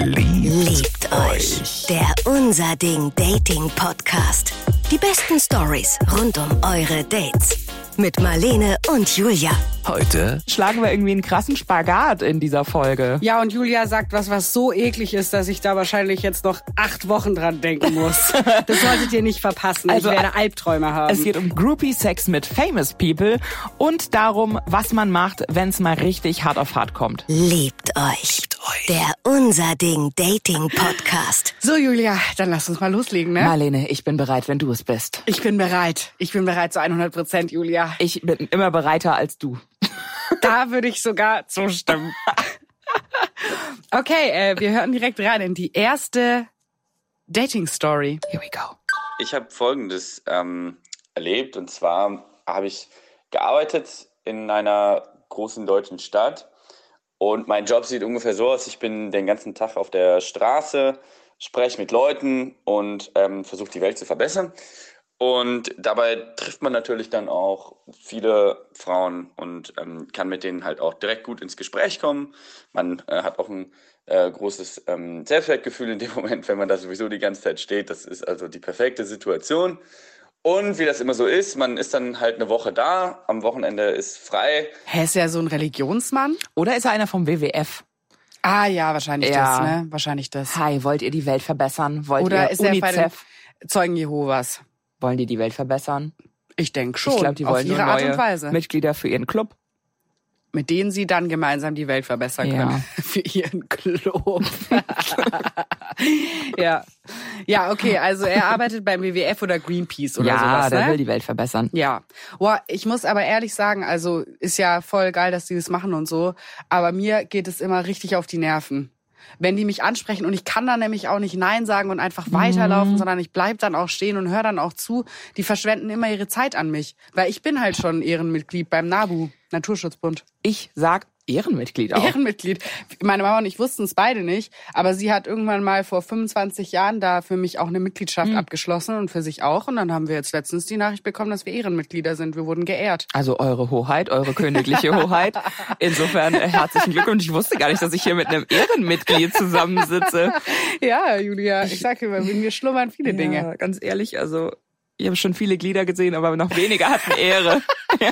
Liebt euch. Der Unser Ding Dating Podcast. Die besten Stories rund um eure Dates. Mit Marlene und Julia. Heute schlagen wir irgendwie einen krassen Spagat in dieser Folge. Ja, und Julia sagt was so eklig ist, dass ich da wahrscheinlich jetzt noch 8 Wochen dran denken muss. Das solltet ihr nicht verpassen. Also, ich werde Albträume haben. Es geht um Groupie-Sex mit Famous People und darum, was man macht, wenn es mal richtig hart auf hart kommt. Liebt euch. Der Unser Ding Dating Podcast. So, Julia, dann lass uns mal loslegen, ne? Marlene, ich bin bereit, wenn du es bist. Ich bin bereit. Ich bin bereit zu 100%, Julia. Ich bin immer bereiter als du. Da würde ich sogar zustimmen. Okay, wir hören direkt rein in die erste Dating-Story. Here we go. Ich habe Folgendes erlebt, und zwar habe ich gearbeitet in einer großen deutschen Stadt und mein Job sieht ungefähr so aus, ich bin den ganzen Tag auf der Straße, spreche mit Leuten und versuche die Welt zu verbessern. Und dabei trifft man natürlich dann auch viele Frauen und kann mit denen halt auch direkt gut ins Gespräch kommen. Man hat auch ein großes Selbstwertgefühl in dem Moment, wenn man da sowieso die ganze Zeit steht. Das ist also die perfekte Situation. Und wie das immer so ist, man ist dann halt eine Woche da, am Wochenende ist frei. Hä, ist er so ein Religionsmann? Oder ist er einer vom WWF? Ah ja, wahrscheinlich das, ne? Wahrscheinlich das. Hi, wollt ihr die Welt verbessern? Wollt Oder ihr ist er bei den UNICEF? Zeugen Jehovas? Wollen die Welt verbessern? Ich denke schon, Ich glaube, die wollen auf ihre nur Art neue und Weise. Mitglieder für ihren Club. Mit denen sie dann gemeinsam die Welt verbessern können. Ja. Für ihren Club. Ja. Ja, okay, also er arbeitet beim WWF oder Greenpeace oder sowas, Ja, der ne? will die Welt verbessern. Ja. Boah, ich muss aber ehrlich sagen, also ist ja voll geil, dass die das machen und so, aber mir geht es immer richtig auf die Nerven. Wenn die mich ansprechen und ich kann dann nämlich auch nicht Nein sagen und einfach weiterlaufen, sondern ich bleib dann auch stehen und höre dann auch zu. Die verschwenden immer ihre Zeit an mich, weil ich bin halt schon Ehrenmitglied beim NABU, Naturschutzbund. Ich sag Ehrenmitglied auch. Ehrenmitglied. Meine Mama und ich wussten es beide nicht, aber sie hat irgendwann mal vor 25 Jahren da für mich auch eine Mitgliedschaft abgeschlossen und für sich auch. Und dann haben wir jetzt letztens die Nachricht bekommen, dass wir Ehrenmitglieder sind. Wir wurden geehrt. Also eure Hoheit, eure königliche Hoheit. Insofern herzlichen Glückwunsch. Ich wusste gar nicht, dass ich hier mit einem Ehrenmitglied zusammensitze. Ja, Julia, ich sag immer, in mir schlummern viele Dinge. Ja, ganz ehrlich, also ich habe schon viele Glieder gesehen, aber noch weniger hatten Ehre. Ja.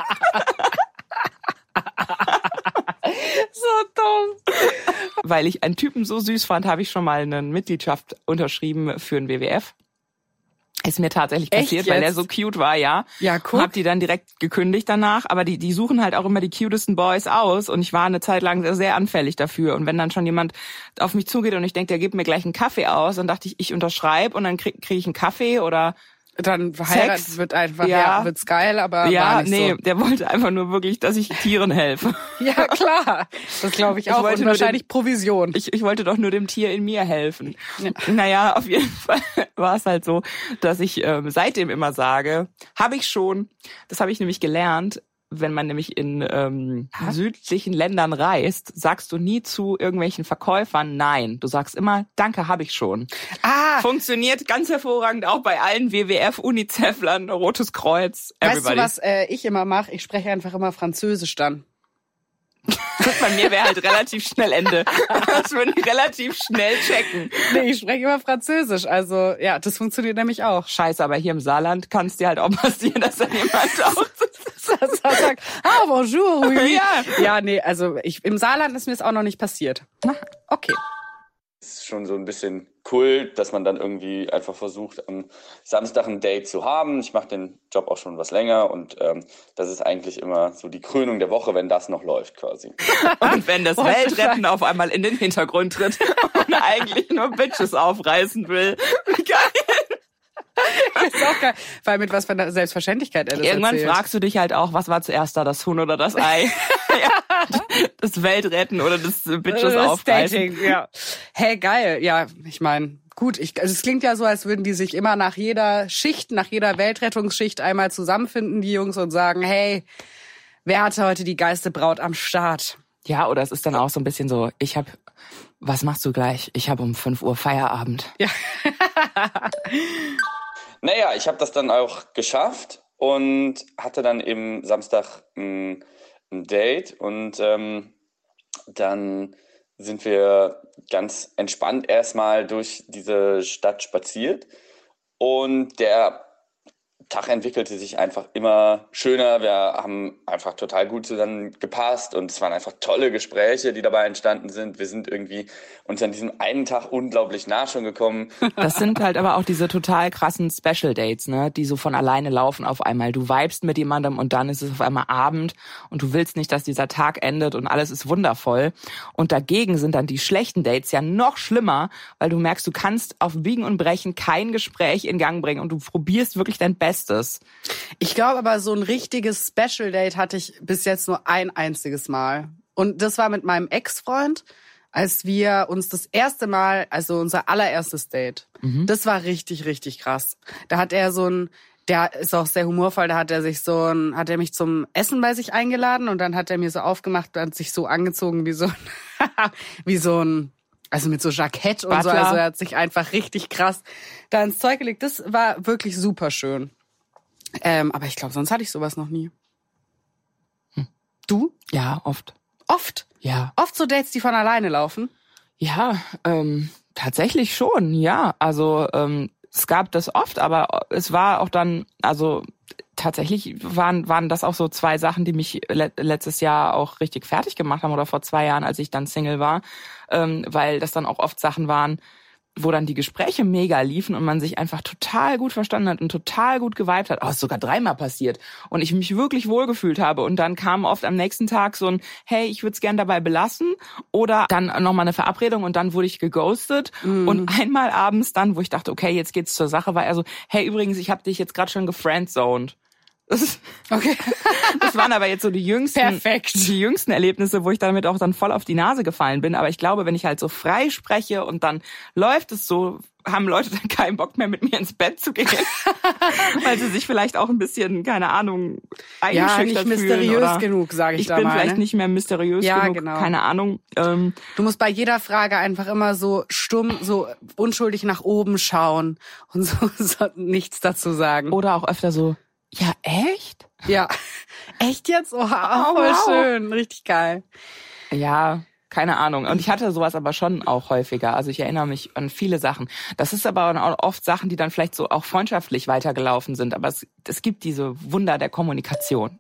So dumm. Weil ich einen Typen so süß fand, habe ich schon mal eine Mitgliedschaft unterschrieben für den WWF. Ist mir tatsächlich passiert, weil er so cute war, ja. Ja, guck. Hab die dann direkt gekündigt danach, aber die suchen halt auch immer die cutesten Boys aus und ich war eine Zeit lang sehr, sehr anfällig dafür. Und wenn dann schon jemand auf mich zugeht und ich denke, der gibt mir gleich einen Kaffee aus, dann dachte ich unterschreibe und dann krieg ich einen Kaffee oder Dann verheiratet Sex. wird einfach, ja, wird's geil, aber ja, war nicht nee, so. der wollte einfach nur wirklich, dass ich Tieren helfe. Ja, klar. Das glaube ich auch. wollte Und nur wahrscheinlich Provision. Ich wollte doch nur dem Tier in mir helfen. Ja. Naja, auf jeden Fall war es halt so, dass ich seitdem immer sage, habe ich schon, das habe ich nämlich gelernt, wenn man nämlich in südlichen Ländern reist, sagst du nie zu irgendwelchen Verkäufern nein. Du sagst immer, danke, habe ich schon. Funktioniert ganz hervorragend auch bei allen WWF, UNICEF-Lern, Rotes Kreuz, everybody. Weißt du, was ich immer mache? Ich spreche einfach immer Französisch dann. Bei mir wäre halt relativ schnell Ende. Das würde ich relativ schnell checken. Nee, ich spreche immer Französisch. Also, ja, das funktioniert nämlich auch. Scheiße, aber hier im Saarland kann es dir halt auch passieren, dass da jemand auch sagt, bonjour, oui. Ja. Ja, nee, also im Saarland ist mir das auch noch nicht passiert. Okay. Es ist schon so ein bisschen Kult, dass man dann irgendwie einfach versucht, am Samstag ein Date zu haben. Ich mache den Job auch schon was länger und das ist eigentlich immer so die Krönung der Woche, wenn das noch läuft quasi. Und wenn das Weltretten auf einmal in den Hintergrund tritt und eigentlich nur Bitches aufreißen will. Wie geil. Das ist auch geil, weil mit was für einer Selbstverständlichkeit er das Irgendwann erzählt. fragst du dich halt auch, was war zuerst da, das Huhn oder das Ei? Ja, das Weltretten oder das Bitches Das aufreißen. Dating, ja. Hey, geil. Ja, ich meine, gut, also es klingt ja so, als würden die sich immer nach jeder Schicht, nach jeder Weltrettungsschicht einmal zusammenfinden, die Jungs, und sagen, hey, wer hatte heute die geilste Braut am Start? Ja, oder es ist dann auch so ein bisschen so, was machst du gleich? Ich habe um 5 Uhr Feierabend. Ja. Naja, ich habe das dann auch geschafft und hatte dann eben Samstag ein Date und dann sind wir ganz entspannt erstmal durch diese Stadt spaziert und der Tag entwickelte sich einfach immer schöner. Wir haben einfach total gut zusammen gepasst und es waren einfach tolle Gespräche, die dabei entstanden sind. Wir sind irgendwie uns an diesem einen Tag unglaublich nah schon gekommen. Das sind halt aber auch diese total krassen Special Dates, ne, die so von alleine laufen auf einmal. Du vibest mit jemandem und dann ist es auf einmal Abend und du willst nicht, dass dieser Tag endet und alles ist wundervoll. Und dagegen sind dann die schlechten Dates ja noch schlimmer, weil du merkst, du kannst auf Biegen und Brechen kein Gespräch in Gang bringen und du probierst wirklich dein Bestes. Ich glaube aber, so ein richtiges Special Date hatte ich bis jetzt nur ein einziges Mal. Und das war mit meinem Ex-Freund, als wir uns das erste Mal, also unser allererstes Date. Das war richtig, richtig krass. Da hat er der ist auch sehr humorvoll, da hat er mich zum Essen bei sich eingeladen und dann hat er mir so aufgemacht und sich so angezogen wie so ein also mit so Jackett und so. Also er hat sich einfach richtig krass da ins Zeug gelegt. Das war wirklich super schön. Aber ich glaube, sonst hatte ich sowas noch nie. Du? Ja, oft. Oft? Ja. Oft so Dates, die von alleine laufen? Ja, tatsächlich schon, ja. Also es gab das oft, aber es war auch dann, also tatsächlich waren das auch so 2 Sachen, die mich letztes Jahr auch richtig fertig gemacht haben oder vor 2 Jahren, als ich dann Single war, weil das dann auch oft Sachen waren, wo dann die Gespräche mega liefen und man sich einfach total gut verstanden hat und total gut geweibt hat. Oh, ist sogar 3-mal passiert. Und ich mich wirklich wohlgefühlt habe. Und dann kam oft am nächsten Tag so ein, hey, ich würde es gern dabei belassen. Oder dann nochmal eine Verabredung und dann wurde ich geghostet. Und einmal abends dann, wo ich dachte, okay, jetzt geht's zur Sache, war er so, hey, übrigens, ich habe dich jetzt gerade schon gefriendzoned. Okay. Das waren aber jetzt so die jüngsten Erlebnisse, wo ich damit auch dann voll auf die Nase gefallen bin. Aber ich glaube, wenn ich halt so frei spreche und dann läuft es so, haben Leute dann keinen Bock mehr, mit mir ins Bett zu gehen. Weil sie sich vielleicht auch ein bisschen, keine Ahnung, eingeschüchtert fühlen. Ja, nicht mysteriös genug, sage ich da mal. Ich bin vielleicht nicht mehr mysteriös genug, genau. Keine Ahnung. Du musst bei jeder Frage einfach immer so stumm, so unschuldig nach oben schauen und so nichts dazu sagen. Oder auch öfter so, ja, echt? Ja, echt jetzt? Oh, voll schön, richtig geil. Ja, keine Ahnung. Und ich hatte sowas aber schon auch häufiger. Also ich erinnere mich an viele Sachen. Das ist aber auch oft Sachen, die dann vielleicht so auch freundschaftlich weitergelaufen sind. Aber es gibt diese Wunder der Kommunikation.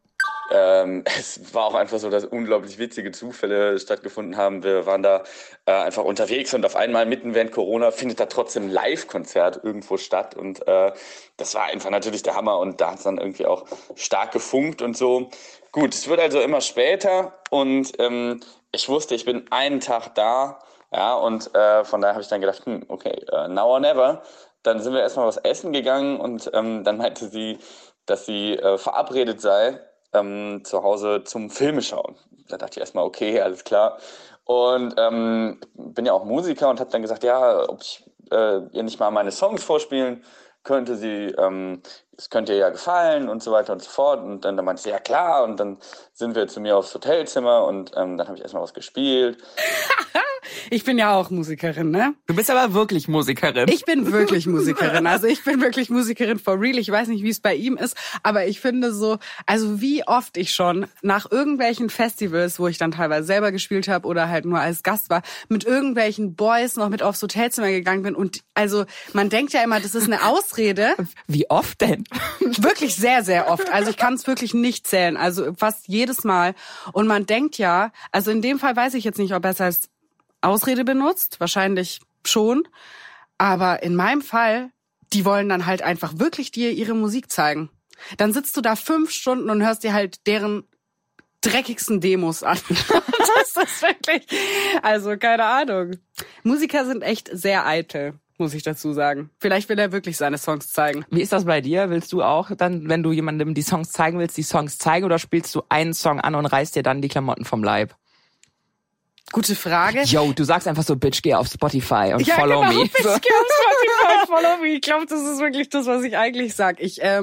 Es war auch einfach so, dass unglaublich witzige Zufälle stattgefunden haben. Wir waren da einfach unterwegs und auf einmal mitten während Corona findet da trotzdem ein Live-Konzert irgendwo statt und das war einfach natürlich der Hammer und da hat es dann irgendwie auch stark gefunkt und so. Gut, es wird also immer später und ich wusste, ich bin einen Tag da, ja, und von daher habe ich dann gedacht, okay, now or never. Dann sind wir erstmal was essen gegangen und dann meinte sie, dass sie verabredet sei, zu Hause zum Filme schauen. Da dachte ich erstmal, okay, alles klar. Und bin ja auch Musiker und habe dann gesagt, ja, ob ich ihr nicht mal meine Songs vorspielen könnte. Es könnte ihr ja gefallen und so weiter und so fort. Und dann meinte sie, ja klar. Und dann sind wir zu mir aufs Hotelzimmer und dann habe ich erstmal was gespielt. Ich bin ja auch Musikerin, ne? Du bist aber wirklich Musikerin. Ich bin wirklich Musikerin. Also ich bin wirklich Musikerin for real. Ich weiß nicht, wie es bei ihm ist, aber ich finde so, also wie oft ich schon nach irgendwelchen Festivals, wo ich dann teilweise selber gespielt habe oder halt nur als Gast war, mit irgendwelchen Boys noch mit aufs Hotelzimmer gegangen bin. Und also man denkt ja immer, das ist eine Ausrede. Wie oft denn? Wirklich sehr, sehr oft. Also ich kann es wirklich nicht zählen. Also fast jedes Mal. Und man denkt ja, also in dem Fall weiß ich jetzt nicht, ob er es als Ausrede benutzt, wahrscheinlich schon, aber in meinem Fall, die wollen dann halt einfach wirklich dir ihre Musik zeigen. Dann sitzt du da 5 Stunden und hörst dir halt deren dreckigsten Demos an. Das ist wirklich, also keine Ahnung. Musiker sind echt sehr eitel, muss ich dazu sagen. Vielleicht will er wirklich seine Songs zeigen. Wie ist das bei dir? Willst du auch dann, wenn du jemandem die Songs zeigen willst, die Songs zeigen oder spielst du einen Song an und reißt dir dann die Klamotten vom Leib? Gute Frage. Yo, du sagst einfach so, Bitch, geh auf Spotify und follow me. Bitch, geh auf Spotify und follow me. Ich glaube, das ist wirklich das, was ich eigentlich sag.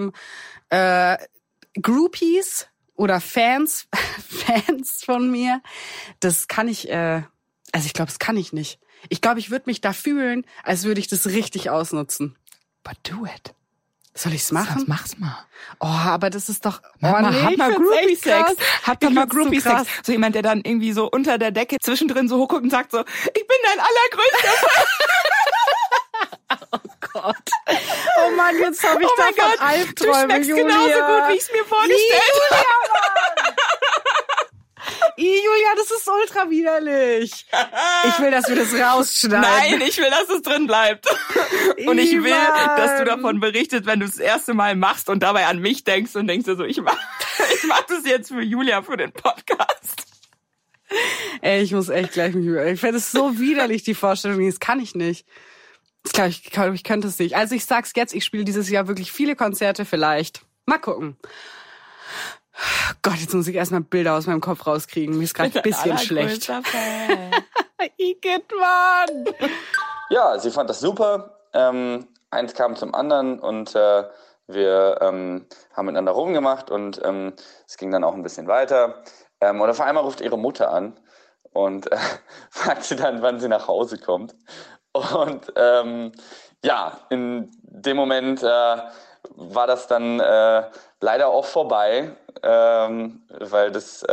Groupies oder Fans von mir, das kann ich, also ich glaube, das kann ich nicht. Ich glaube, ich würde mich da fühlen, als würde ich das richtig ausnutzen. But do it. Soll ich's machen? Mach's mal. Oh, aber das ist doch... Hat mal Groupie-Sex. Hat doch mal Groupie-Sex. So so jemand, der dann irgendwie so unter der Decke zwischendrin so hochguckt und sagt so, ich bin dein allergrößter Fan. Oh Gott. Oh Mann, jetzt habe ich davon Albträume, du schmeckst Julia. genauso gut, wie ich es mir vorgestellt habe. Julia, das ist ultra widerlich. Ich will, dass wir das rausschneiden. Nein, ich will, dass es drin bleibt. Und ich will, dass du davon berichtest, wenn du es das erste Mal machst und dabei an mich denkst und denkst dir so, ich mach das jetzt für Julia, für den Podcast. Ey, ich muss echt gleich mich über... Ich finde es so widerlich, die Vorstellung. Das kann ich nicht. Ich könnte es nicht. Also ich sag's jetzt, ich spiele dieses Jahr wirklich viele Konzerte vielleicht. Mal gucken. Gott, jetzt muss ich erstmal Bilder aus meinem Kopf rauskriegen. Mir ist gerade ein bisschen schlecht. Igitt, Mann! Ja, sie fand das super. Eins kam zum anderen und wir haben miteinander rumgemacht und es ging dann auch ein bisschen weiter. Und auf einmal ruft ihre Mutter an und fragt sie dann, wann sie nach Hause kommt. Und ja, in dem Moment war das dann leider auch vorbei, weil das,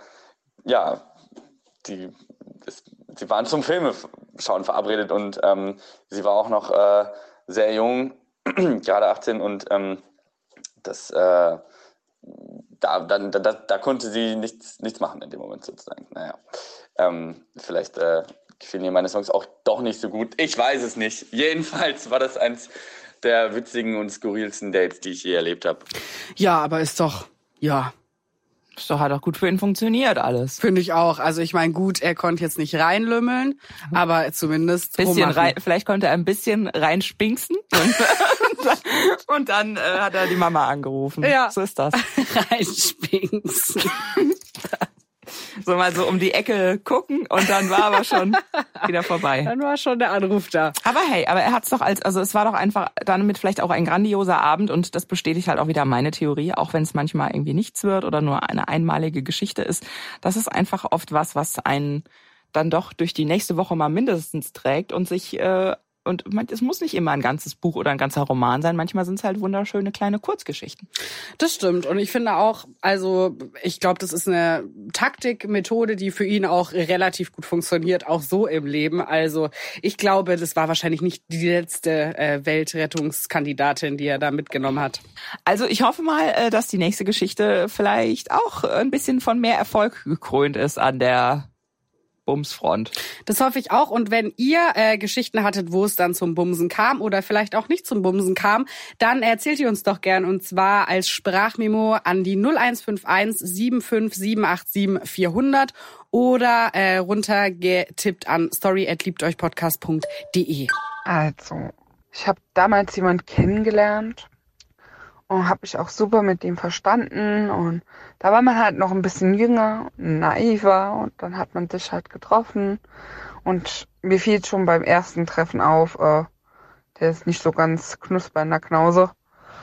sie waren zum Filmeschauen verabredet und sie war auch noch sehr jung, gerade 18 und da konnte sie nichts machen in dem Moment sozusagen. Naja, vielleicht gefielen ihr meine Songs auch doch nicht so gut. Ich weiß es nicht. Jedenfalls war das eins der witzigen und skurrilsten Dates, die ich je erlebt habe. Ja, aber ist doch, ja. Hat auch gut für ihn funktioniert alles. Finde ich auch. Also ich meine, gut, er konnte jetzt nicht reinlümmeln, aber zumindest vielleicht konnte er ein bisschen reinspinksen und dann hat er die Mama angerufen. Ja. So ist das. Reinspinksen. So mal so um die Ecke gucken und dann war aber schon wieder vorbei. Dann war schon der Anruf da. Aber hey, er hat's doch es war doch einfach damit vielleicht auch ein grandioser Abend und das bestätigt halt auch wieder meine Theorie, auch wenn es manchmal irgendwie nichts wird oder nur eine einmalige Geschichte ist. Das ist einfach oft was einen dann doch durch die nächste Woche mal mindestens trägt und sich und es muss nicht immer ein ganzes Buch oder ein ganzer Roman sein. Manchmal sind es halt wunderschöne kleine Kurzgeschichten. Das stimmt. Und ich finde auch, also ich glaube, das ist eine Taktikmethode, die für ihn auch relativ gut funktioniert, auch so im Leben. Also ich glaube, das war wahrscheinlich nicht die letzte Weltrettungskandidatin, die er da mitgenommen hat. Also ich hoffe mal, dass die nächste Geschichte vielleicht auch ein bisschen von mehr Erfolg gekrönt ist an der Bumsfront. Das hoffe ich auch. Und wenn ihr Geschichten hattet, wo es dann zum Bumsen kam oder vielleicht auch nicht zum Bumsen kam, dann erzählt ihr uns doch gern und zwar als Sprachmemo an die 0151 75 787 400 oder runtergetippt an story@liebteuchpodcast.de. Also, ich habe damals jemanden kennengelernt und habe mich auch super mit dem verstanden und da war man halt noch ein bisschen jünger, naiver und dann hat man sich halt getroffen und mir fiel schon beim ersten Treffen auf, der ist nicht so ganz knusper in der Knause.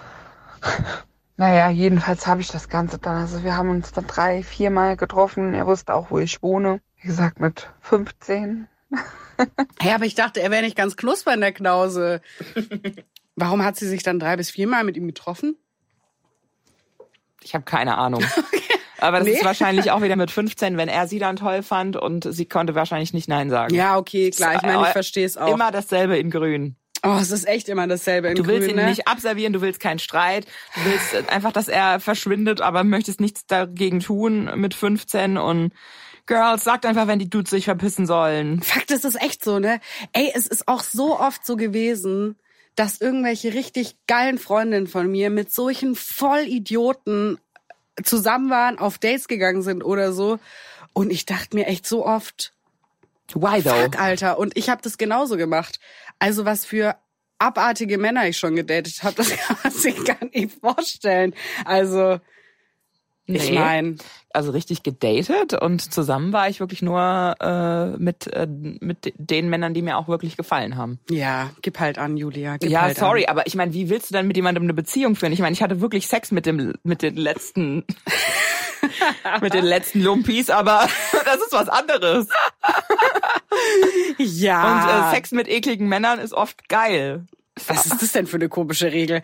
Naja, jedenfalls habe ich das Ganze dann, also wir haben uns dann 3-4 Mal getroffen, er wusste auch, wo ich wohne, wie gesagt mit 15. Ja, aber ich dachte, er wäre nicht ganz knusper in der Knause. Warum hat sie sich dann 3 bis 4 Mal mit ihm getroffen? Ich habe keine Ahnung. Okay. Aber das ist wahrscheinlich auch wieder mit 15, wenn er sie dann toll fand und sie konnte wahrscheinlich nicht Nein sagen. Ja, okay, klar. Ich meine, ich verstehe es auch. Immer dasselbe in Grün. Oh, es ist echt immer dasselbe in Grün. Du willst ihn nicht abservieren, du willst keinen Streit. Du willst einfach, dass er verschwindet, aber möchtest nichts dagegen tun mit 15 und Girls, sagt einfach, wenn die Dudes sich verpissen sollen. Fakt, das ist echt so, ne? Ey, es ist auch so oft so gewesen, dass irgendwelche richtig geilen Freundinnen von mir mit solchen Vollidioten zusammen waren, auf Dates gegangen sind oder so. Und ich dachte mir echt so oft, why though? Fuck, Alter. Und ich habe das genauso gemacht. Also was für abartige Männer ich schon gedatet habe, das kann man sich gar nicht vorstellen. Also... Nee. Ich meine, also richtig gedatet und zusammen war ich wirklich nur mit den Männern, die mir auch wirklich gefallen haben. Ja, gib halt an, Julia. Ja, sorry, aber ich meine, wie willst du dann mit jemandem eine Beziehung führen? Ich meine, ich hatte wirklich Sex mit den letzten mit den letzten Lumpis, aber das ist was anderes. Ja. Und Sex mit ekligen Männern ist oft geil. Was ist das denn für eine komische Regel?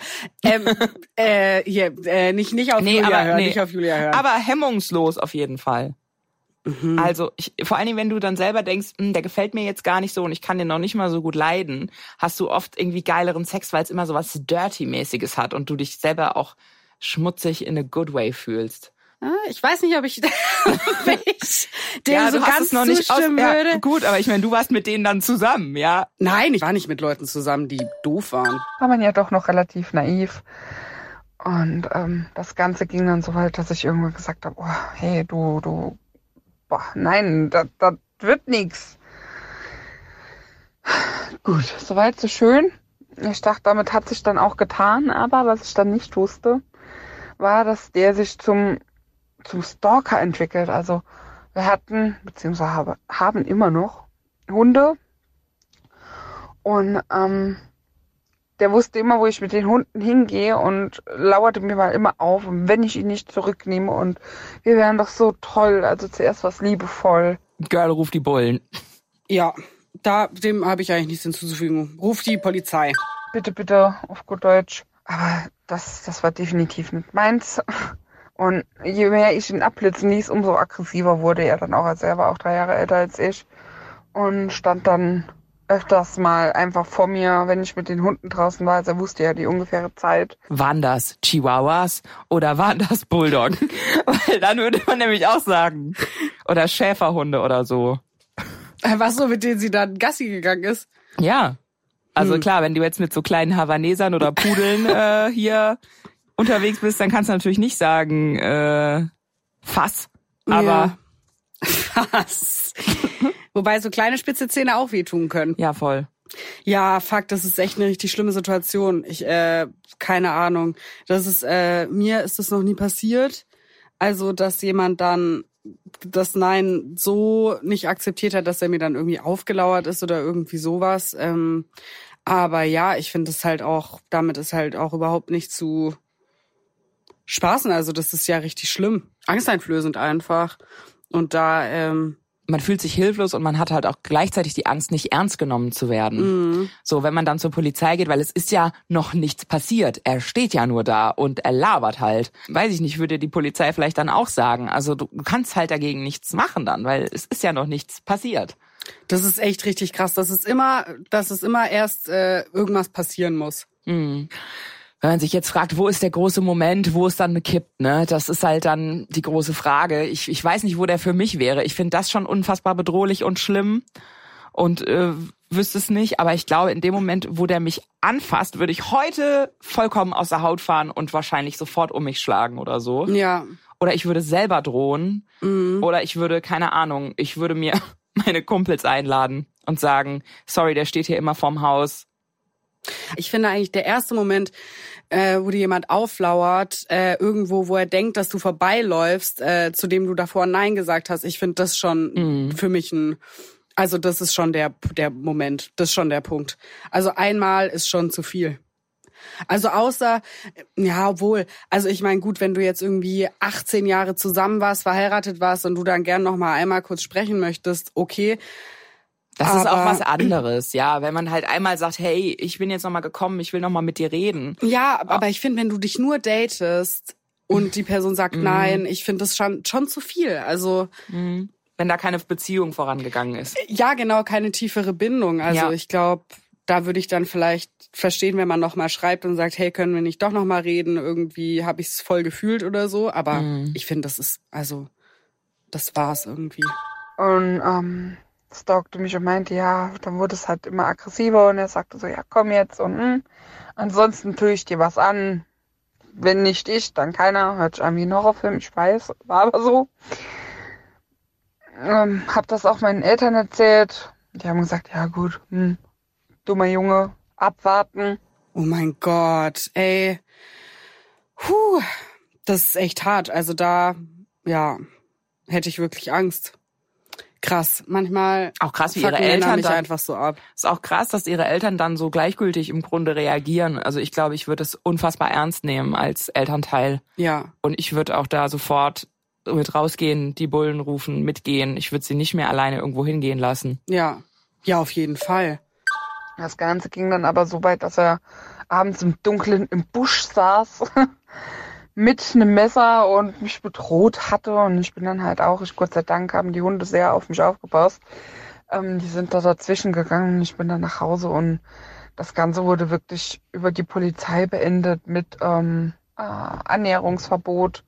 Nicht auf Julia hören, nicht auf Julia hören. Aber hemmungslos auf jeden Fall. Mhm. Also vor allen Dingen, wenn du dann selber denkst, der gefällt mir jetzt gar nicht so und ich kann den noch nicht mal so gut leiden, hast du oft irgendwie geileren Sex, weil es immer so was Dirty-mäßiges hat und du dich selber auch schmutzig in a good way fühlst. Ich weiß nicht, ob ich dem so du hast ganz es noch nicht zustimmen würde. Ja, gut, aber ich meine, du warst mit denen dann zusammen, ja? Nein, ich war nicht mit Leuten zusammen, die doof waren. War man ja doch noch relativ naiv. Und das Ganze ging dann so weit, dass ich irgendwann gesagt habe, hey, du, nein, das wird nix. Gut, soweit so schön. Ich dachte, damit hat sich dann auch getan, aber was ich dann nicht wusste, war, dass der sich zum Stalker entwickelt. Also wir hatten, beziehungsweise haben immer noch Hunde und der wusste immer, wo ich mit den Hunden hingehe und lauerte mir mal immer auf, wenn ich ihn nicht zurücknehme und wir wären doch so toll. Also zuerst was liebevoll. Girl, ruf die Bullen. Ja, dem habe ich eigentlich nichts hinzuzufügen. Ruf die Polizei. Bitte, auf gut Deutsch. Aber das war definitiv nicht meins. Und je mehr ich ihn abblitzen ließ, umso aggressiver wurde er dann auch. Also er war auch 3 Jahre älter als ich und stand dann öfters mal einfach vor mir, wenn ich mit den Hunden draußen war. Also er wusste ja die ungefähre Zeit. Waren das Chihuahuas oder waren das Bulldoggen? Weil dann würde man nämlich auch sagen. Oder Schäferhunde oder so. Was so, mit denen sie dann Gassi gegangen ist? Ja. Also klar, wenn du jetzt mit so kleinen Havanesern oder Pudeln hier unterwegs bist, dann kannst du natürlich nicht sagen, Fass. Aber Ja. Fass. Wobei so kleine spitze Zähne auch wehtun können. ja, voll. Ja, fuck, das ist echt eine richtig schlimme Situation. Keine Ahnung. Mir ist das noch nie passiert. Also, dass jemand dann das Nein so nicht akzeptiert hat, dass er mir dann irgendwie aufgelauert ist oder irgendwie sowas. Aber ja, ich finde es halt auch, damit ist halt auch überhaupt nicht zu spaßen. Also, das ist ja richtig schlimm. Angsteinflößend einfach. Und da, Man fühlt sich hilflos und man hat halt auch gleichzeitig die Angst, nicht ernst genommen zu werden. So, wenn man dann zur Polizei geht, weil es ist ja noch nichts passiert. Er steht ja nur da und er labert halt. Weiß ich nicht, würde die Polizei vielleicht dann auch sagen. Also du kannst halt dagegen nichts machen dann, weil es ist ja noch nichts passiert. das ist echt richtig krass. Dass es immer erst irgendwas passieren muss. Wenn man sich jetzt fragt, wo ist der große Moment, wo es dann kippt, ne? Das ist halt dann die große Frage. Ich weiß nicht, wo der für mich wäre. Ich finde das schon unfassbar bedrohlich und schlimm und wüsste es nicht. Aber ich glaube, in dem Moment, wo der mich anfasst, würde ich heute vollkommen aus der Haut fahren und wahrscheinlich sofort um mich schlagen oder so. Ja. Oder ich würde selber drohen. Oder ich würde, keine Ahnung, ich würde mir meine Kumpels einladen und sagen, sorry, der steht hier immer vorm Haus. Ich finde eigentlich der erste Moment, wo dir jemand auflauert, irgendwo, wo er denkt, dass du vorbeiläufst, zu dem du davor Nein gesagt hast, ich finde das schon für mich also das ist schon der Moment, das ist schon der Punkt. Also einmal ist schon zu viel. Also außer, ja, obwohl, also ich meine, gut, wenn du jetzt irgendwie 18 Jahre zusammen warst, verheiratet warst und du dann gern noch mal einmal kurz sprechen möchtest, okay. Das ist auch was anderes, ja. Wenn man halt einmal sagt, hey, ich bin jetzt noch mal gekommen, ich will noch mal mit dir reden. Ja, aber ich finde, wenn du dich nur datest und die Person sagt nein, ich finde das schon zu viel. Also wenn da keine Beziehung vorangegangen ist. ja, genau, keine tiefere Bindung. Also ich glaube, da würde ich dann vielleicht verstehen, wenn man noch mal schreibt und sagt, hey, können wir nicht doch noch mal reden? Irgendwie habe ich es voll gefühlt oder so. Aber ich finde, das war's irgendwie. Und stalkte mich und meinte, ja, dann wurde es halt immer aggressiver und er sagte so, ja, komm jetzt und ansonsten tue ich dir was an. Wenn nicht ich, dann keiner. Hört sich an wie ein Horrorfilm, ich weiß, war aber so. Hab das auch meinen Eltern erzählt. Die haben gesagt, ja gut, dummer Junge, abwarten. Oh mein Gott, ey. Das ist echt hart. Also da, ja, hätte ich wirklich Angst. Krass. Manchmal auch krass, wie ihre fucken Männer Eltern mich dann einfach so ab. Ist auch krass, dass ihre Eltern dann so gleichgültig im Grunde reagieren. Also ich glaube, ich würde es unfassbar ernst nehmen als Elternteil. Ja. Und ich würde auch da sofort mit rausgehen, die Bullen rufen, mitgehen. Ich würde sie nicht mehr alleine irgendwo hingehen lassen. Ja. Ja, auf jeden Fall. Das Ganze ging dann aber so weit, dass er abends im Dunkeln im Busch saß mit einem Messer und mich bedroht hatte. Und ich bin dann halt auch, Gott sei Dank haben die Hunde sehr auf mich aufgepasst. Die sind da dazwischen gegangen. Ich bin dann nach Hause und das Ganze wurde wirklich über die Polizei beendet mit Annäherungsverbot.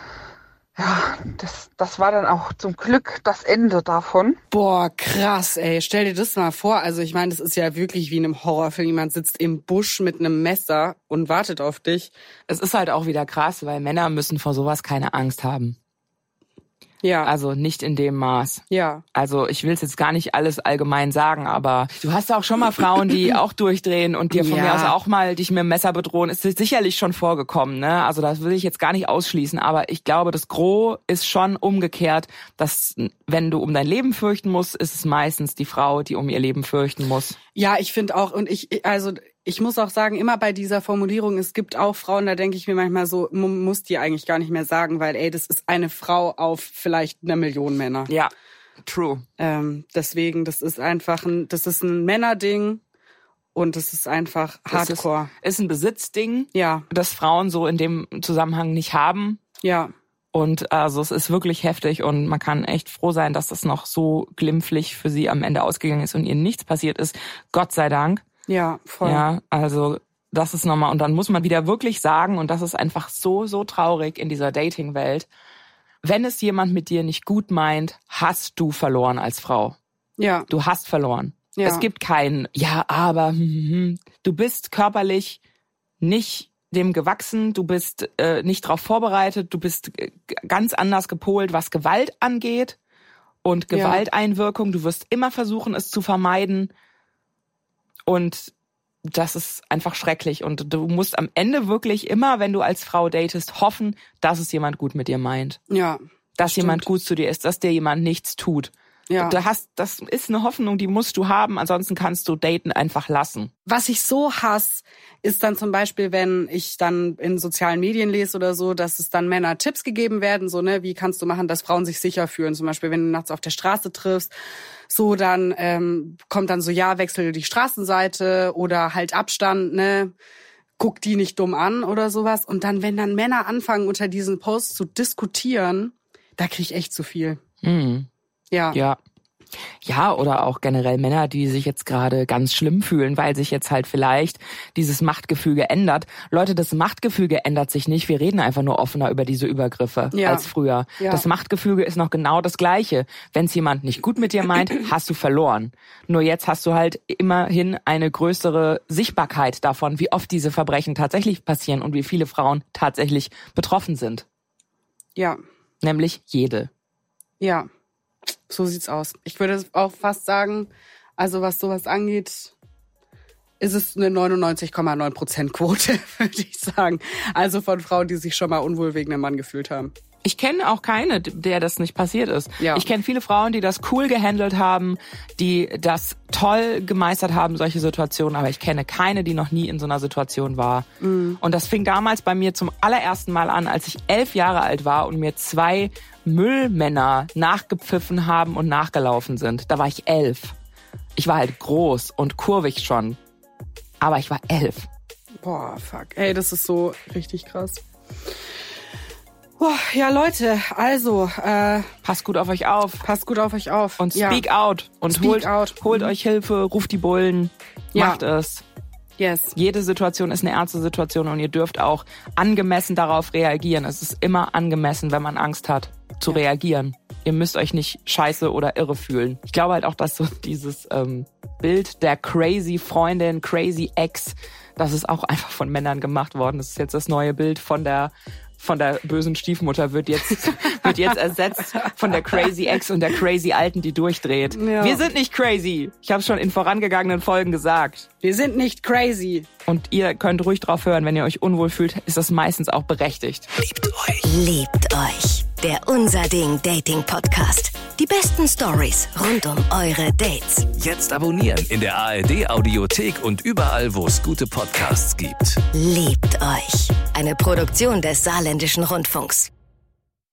Ja, das war dann auch zum Glück das Ende davon. Boah, krass, ey. Stell dir das mal vor. Also ich meine, das ist ja wirklich wie in einem Horrorfilm. Jemand sitzt im Busch mit einem Messer und wartet auf dich. Es ist halt auch wieder krass, weil Männer müssen vor sowas keine Angst haben. Ja. Also nicht in dem Maß. Ja. Also ich will es jetzt gar nicht alles allgemein sagen, aber du hast auch schon mal Frauen, die auch durchdrehen und dir von mir aus auch mal dich mit dem Messer bedrohen. Es ist sicherlich schon vorgekommen, ne? Also das will ich jetzt gar nicht ausschließen, aber ich glaube, das Gros ist schon umgekehrt, dass wenn du um dein Leben fürchten musst, ist es meistens die Frau, die um ihr Leben fürchten muss. Ja, ich finde auch, und ich muss auch sagen, immer bei dieser Formulierung, es gibt auch Frauen, da denke ich mir manchmal so, man muss die eigentlich gar nicht mehr sagen, weil das ist eine Frau auf vielleicht 1 Million Männer. Ja, true. Deswegen, das ist ein Männerding und das ist einfach Hardcore. Ist ein Besitzding, ja, das Frauen so in dem Zusammenhang nicht haben. Ja. Und also es ist wirklich heftig und man kann echt froh sein, dass das noch so glimpflich für sie am Ende ausgegangen ist und ihr nichts passiert ist. Gott sei Dank. Ja, voll. Ja, also das ist nochmal, und dann muss man wieder wirklich sagen, und das ist einfach so, so traurig in dieser Dating-Welt, wenn es jemand mit dir nicht gut meint, hast du verloren als Frau. Ja. Du hast verloren. Ja. Es gibt kein, ja, aber, du bist körperlich nicht dem gewachsen, du bist nicht darauf vorbereitet, du bist ganz anders gepolt, was Gewalt angeht und Gewalteinwirkung. Du wirst immer versuchen, es zu vermeiden. Und das ist einfach schrecklich. Und du musst am Ende wirklich immer, wenn du als Frau datest, hoffen, dass es jemand gut mit dir meint. Ja. Dass jemand gut zu dir ist, dass dir jemand nichts tut. Ja. Das ist eine Hoffnung, die musst du haben, ansonsten kannst du daten einfach lassen. Was ich so hasse, ist dann zum Beispiel, wenn ich dann in sozialen Medien lese oder so, dass es dann Männer Tipps gegeben werden, so, ne, wie kannst du machen, dass Frauen sich sicher fühlen, zum Beispiel, wenn du nachts auf der Straße triffst, so, dann kommt dann so, ja, wechsel die Straßenseite oder halt Abstand, ne, guck die nicht dumm an oder sowas. Und dann, wenn dann Männer anfangen, unter diesen Posts zu diskutieren, da krieg ich echt zu viel. Mhm. Ja. Ja, oder auch generell Männer, die sich jetzt gerade ganz schlimm fühlen, weil sich jetzt halt vielleicht dieses Machtgefüge ändert. Leute, das Machtgefüge ändert sich nicht. Wir reden einfach nur offener über diese Übergriffe als früher. Ja. Das Machtgefüge ist noch genau das Gleiche. Wenn es jemand nicht gut mit dir meint, hast du verloren. Nur jetzt hast du halt immerhin eine größere Sichtbarkeit davon, wie oft diese Verbrechen tatsächlich passieren und wie viele Frauen tatsächlich betroffen sind. Ja. Nämlich jede. Ja. So sieht's aus. Ich würde auch fast sagen, also was sowas angeht, ist es eine 99,9% Quote, würde ich sagen. Also von Frauen, die sich schon mal unwohl wegen einem Mann gefühlt haben. Ich kenne auch keine, der das nicht passiert ist. Ja. Ich kenne viele Frauen, die das cool gehandelt haben, die das toll gemeistert haben, solche Situationen. Aber ich kenne keine, die noch nie in so einer Situation war. Mhm. Und das fing damals bei mir zum allerersten Mal an, als ich 11 Jahre alt war und mir 2 Müllmänner nachgepfiffen haben und nachgelaufen sind. Da war ich 11. Ich war halt groß und kurvig schon. Aber ich war 11. Boah, fuck. Ey, das ist so richtig krass. Boah, ja, Leute, also passt gut auf euch auf. Passt gut auf euch auf. Und speak out. Und holt euch Hilfe, ruft die Bullen, macht es. Yes. Jede Situation ist eine ernste Situation und ihr dürft auch angemessen darauf reagieren. Es ist immer angemessen, wenn man Angst hat, zu reagieren. Ihr müsst euch nicht scheiße oder irre fühlen. Ich glaube halt auch, dass so dieses Bild der crazy Freundin, crazy Ex, das ist auch einfach von Männern gemacht worden. Das ist jetzt das neue Bild von der bösen Stiefmutter wird jetzt ersetzt von der crazy Ex und der crazy Alten, die durchdreht. Ja. Wir sind nicht crazy. Ich habe es schon in vorangegangenen Folgen gesagt. Wir sind nicht crazy. Und ihr könnt ruhig drauf hören, wenn ihr euch unwohl fühlt, ist das meistens auch berechtigt. Liebt euch. Liebt euch. Der Unser Ding Dating Podcast. Die besten Stories rund um eure Dates. Jetzt abonnieren in der ARD Audiothek und überall, wo es gute Podcasts gibt. Liebt euch. Eine Produktion des Saarländischen Rundfunks.